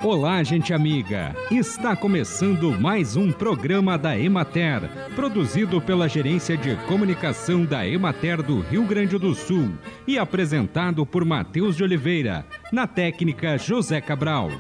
Olá, gente amiga! Está começando mais um programa da Emater, produzido pela Gerência de Comunicação da Emater do Rio Grande do Sul e apresentado por Matheus de Oliveira, na técnica José Cabral.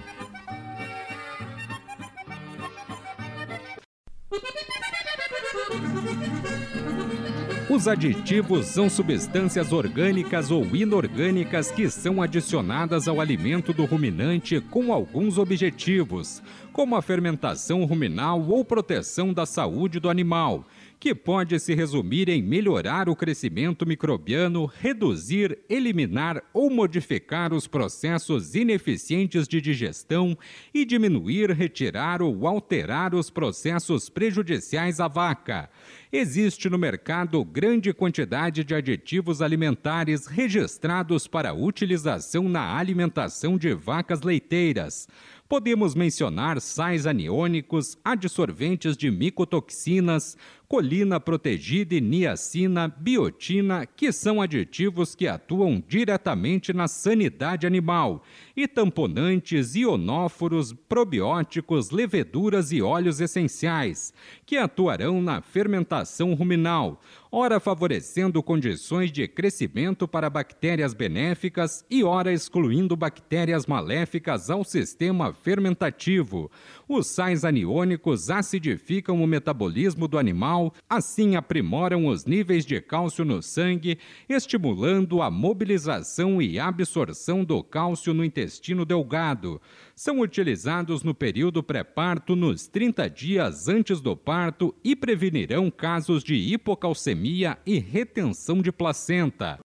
Os aditivos são substâncias orgânicas ou inorgânicas que são adicionadas ao alimento do ruminante com alguns objetivos, como a fermentação ruminal ou proteção da saúde do animal, que pode se resumir em melhorar o crescimento microbiano, reduzir, eliminar ou modificar os processos ineficientes de digestão e diminuir, retirar ou alterar os processos prejudiciais à vaca. Existe no mercado grande quantidade de aditivos alimentares registrados para utilização na alimentação de vacas leiteiras. Podemos mencionar sais aniônicos, adsorventes de micotoxinas, colina protegida e niacina, biotina, que são aditivos que atuam diretamente na sanidade animal, e tamponantes, ionóforos, probióticos, leveduras e óleos essenciais, que atuarão na fermentação ruminal, ora favorecendo condições de crescimento para bactérias benéficas e ora excluindo bactérias maléficas ao sistema fermentativo. Os sais aniônicos acidificam o metabolismo do animal, assim aprimoram os níveis de cálcio no sangue, estimulando a mobilização e absorção do cálcio no intestino delgado. São utilizados no período pré-parto, nos 30 dias antes do parto e prevenirão casos de hipocalcemia e retenção de placenta.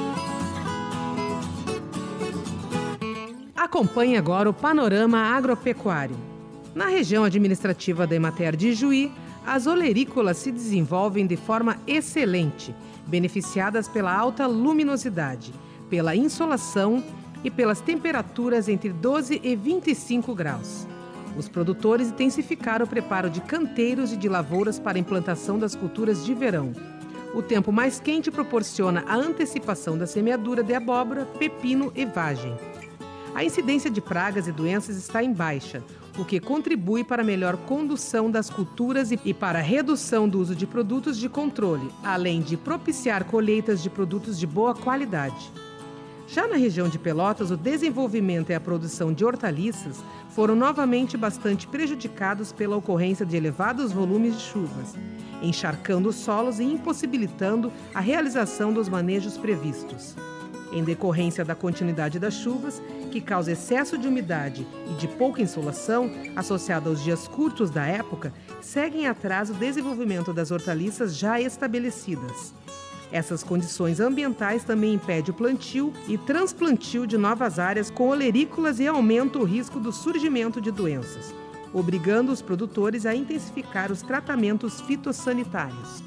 Acompanhe agora o panorama agropecuário. Na região administrativa da Emater de Juí, as olerícolas se desenvolvem de forma excelente, beneficiadas pela alta luminosidade, pela insolação e pelas temperaturas entre 12 e 25 graus. Os produtores intensificaram o preparo de canteiros e de lavouras para a implantação das culturas de verão. O tempo mais quente proporciona a antecipação da semeadura de abóbora, pepino e vagem. A incidência de pragas e doenças está em baixa, o que contribui para a melhor condução das culturas e para a redução do uso de produtos de controle, além de propiciar colheitas de produtos de boa qualidade. Já na região de Pelotas, o desenvolvimento e a produção de hortaliças foram novamente bastante prejudicados pela ocorrência de elevados volumes de chuvas, encharcando os solos e impossibilitando a realização dos manejos previstos. Em decorrência da continuidade das chuvas, que causa excesso de umidade e de pouca insolação, associada aos dias curtos da época, segue em atraso o desenvolvimento das hortaliças já estabelecidas. Essas condições ambientais também impedem o plantio e transplantio de novas áreas com olerícolas e aumentam o risco do surgimento de doenças, obrigando os produtores a intensificar os tratamentos fitossanitários.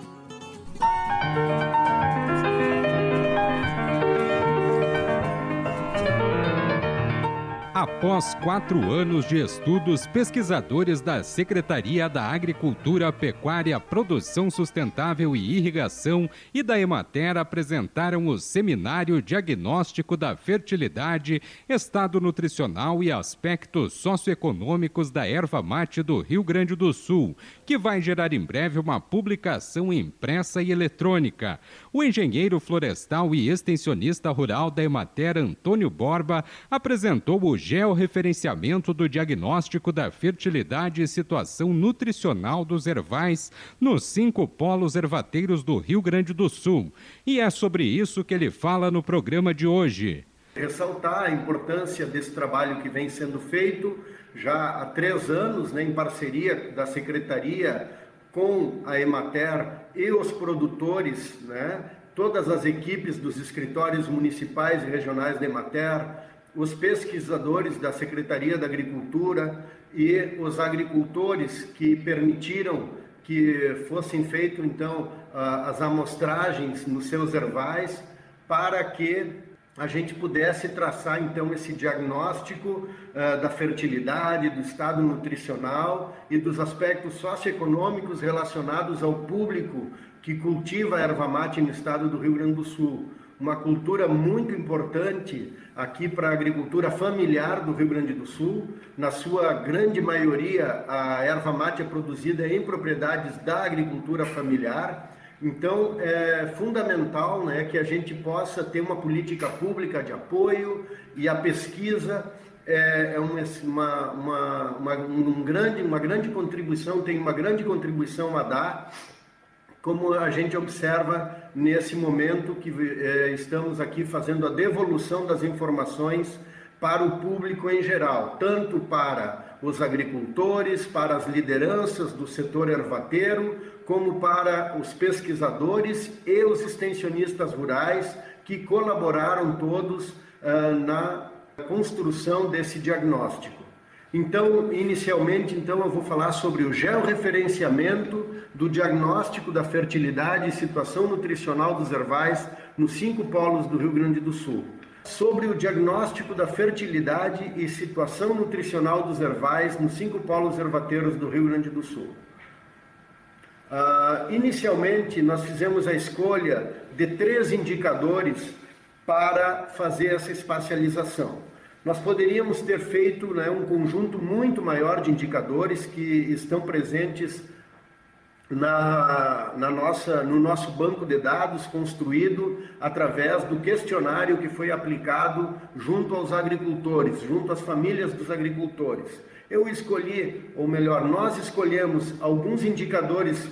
Após 4 anos de estudos, pesquisadores da Secretaria da Agricultura, Pecuária, Produção Sustentável e Irrigação e da Emater apresentaram o Seminário Diagnóstico da Fertilidade, Estado Nutricional e Aspectos Socioeconômicos da Erva Mate do Rio Grande do Sul, que vai gerar em breve uma publicação impressa e eletrônica. O engenheiro florestal e extensionista rural da Emater, Antônio Borba, apresentou o georreferenciamento do diagnóstico da fertilidade e situação nutricional dos ervais nos 5 polos ervateiros do Rio Grande do Sul. E é sobre isso que ele fala no programa de hoje. Ressaltar a importância desse trabalho que vem sendo feito já há 3 anos, em parceria da Secretaria com a Emater e os produtores, todas as equipes dos escritórios municipais e regionais da Emater, os pesquisadores da Secretaria da Agricultura e os agricultores que permitiram que fossem feitas, então, as amostragens nos seus ervais, para que a gente pudesse traçar, então, esse diagnóstico da fertilidade, do estado nutricional e dos aspectos socioeconômicos relacionados ao público que cultiva a erva mate no estado do Rio Grande do Sul. uma cultura muito importante aqui para a agricultura familiar do Rio Grande do Sul. Na sua grande maioria, a erva mate é produzida em propriedades da agricultura familiar. Então, é fundamental, né, que a gente possa ter uma política pública de apoio, e a pesquisa uma grande contribuição, tem uma grande contribuição a dar, como a gente observa nesse momento que estamos aqui fazendo a devolução das informações para o público em geral, tanto para os agricultores, para as lideranças do setor ervateiro, como para os pesquisadores e os extensionistas rurais, que colaboraram todos na construção desse diagnóstico. Então, inicialmente, eu vou falar sobre o georreferenciamento do diagnóstico da fertilidade e situação nutricional dos ervais nos 5 polos do Rio Grande do Sul. Sobre o diagnóstico da fertilidade e situação nutricional dos ervais nos 5 polos ervateiros do Rio Grande do Sul. Inicialmente, nós fizemos a escolha de 3 indicadores para fazer essa espacialização. Nós poderíamos ter feito, né, um conjunto muito maior de indicadores que estão presentes no nosso banco de dados, construído através do questionário que foi aplicado junto aos agricultores, junto às famílias dos agricultores. Eu escolhi, ou melhor, nós escolhemos alguns indicadores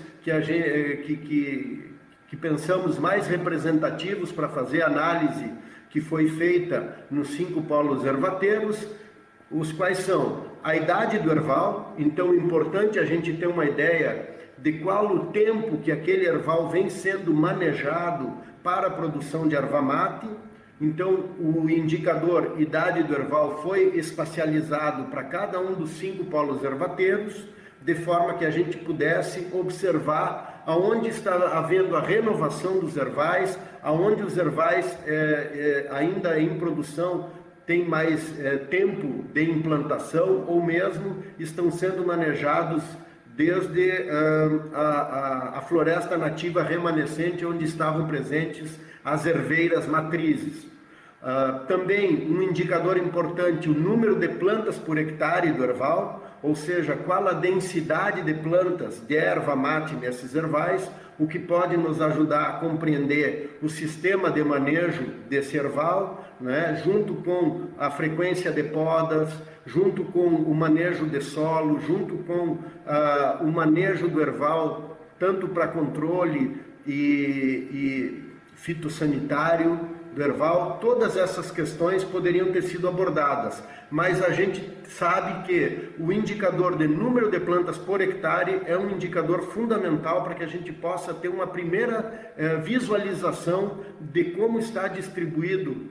que pensamos mais representativos para fazer a análise que foi feita nos 5 polos ervateiros, os quais são a idade do erval. Então é importante a gente ter uma ideia de qual o tempo que aquele erval vem sendo manejado para a produção de erva mate. Então o indicador idade do erval foi espacializado para cada um dos 5 polos ervateiros, de forma que a gente pudesse observar aonde está havendo a renovação dos ervais, aonde os ervais ainda em produção têm mais tempo de implantação, ou mesmo estão sendo manejados desde a floresta nativa remanescente, onde estavam presentes as erveiras matrizes. Também um indicador importante, o número de plantas por hectare do erval, ou seja, qual a densidade de plantas de erva mate nesses ervais, o que pode nos ajudar a compreender o sistema de manejo desse erval, né, junto com a frequência de podas, junto com o manejo de solo, junto com o manejo do erval, tanto para controle e fitossanitário do erval. Todas essas questões poderiam ter sido abordadas, mas a gente sabe que o indicador de número de plantas por hectare é um indicador fundamental para que a gente possa ter uma primeira visualização de como está distribuído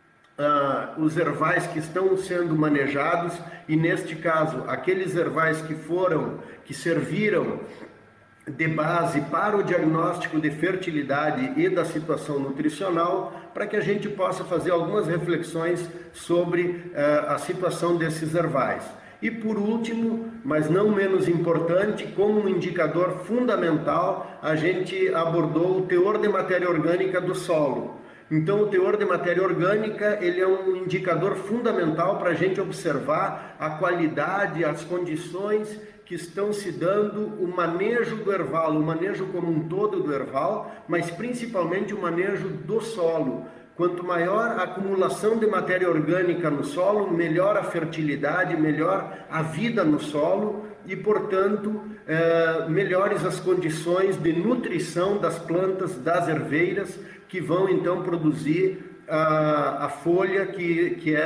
os ervais que estão sendo manejados, e neste caso aqueles ervais que serviram de base para o diagnóstico de fertilidade e da situação nutricional, para que a gente possa fazer algumas reflexões sobre a situação desses ervais. E por último, mas não menos importante, como um indicador fundamental, a gente abordou o teor de matéria orgânica do solo. Então, o teor de matéria orgânica, ele é um indicador fundamental para a gente observar a qualidade, as condições que estão se dando, o manejo do erval, o manejo como um todo do erval, mas principalmente o manejo do solo. Quanto maior a acumulação de matéria orgânica no solo, melhor a fertilidade, melhor a vida no solo e, portanto, melhores as condições de nutrição das plantas, das erveiras, que vão então produzir a folha que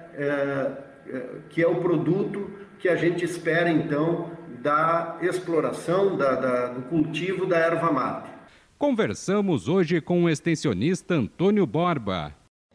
é o produto que a gente espera então da exploração, do cultivo da erva mate. Conversamos hoje com o extensionista Antônio Borba.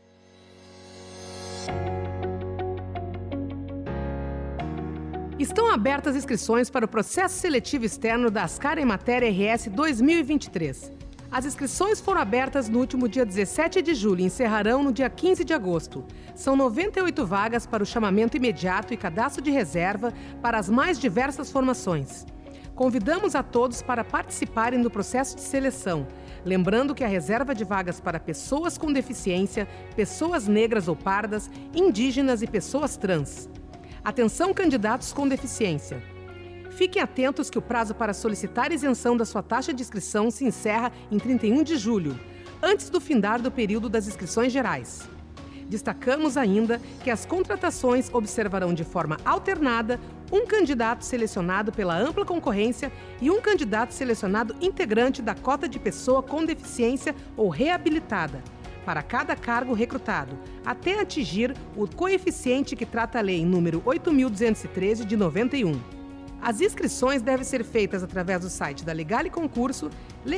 Estão abertas inscrições para o processo seletivo externo da Ascar Emater RS 2023. As inscrições foram abertas no último dia 17 de julho e encerrarão no dia 15 de agosto. São 98 vagas para o chamamento imediato e cadastro de reserva para as mais diversas formações. Convidamos a todos para participarem do processo de seleção, lembrando que a reserva de vagas para pessoas com deficiência, pessoas negras ou pardas, indígenas e pessoas trans. Atenção, candidatos com deficiência. Fiquem atentos que o prazo para solicitar isenção da sua taxa de inscrição se encerra em 31 de julho, antes do findar do período das inscrições gerais. Destacamos ainda que as contratações observarão de forma alternada um candidato selecionado pela ampla concorrência e um candidato selecionado integrante da cota de pessoa com deficiência ou reabilitada, para cada cargo recrutado, até atingir o coeficiente que trata a Lei número 8.213 de 91. As inscrições devem ser feitas através do site da Legale Concurso,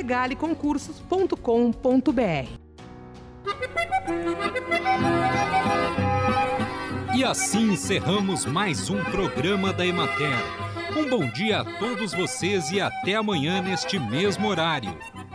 legaleconcursos.com.br. E assim encerramos mais um programa da Emater. Um bom dia a todos vocês e até amanhã neste mesmo horário.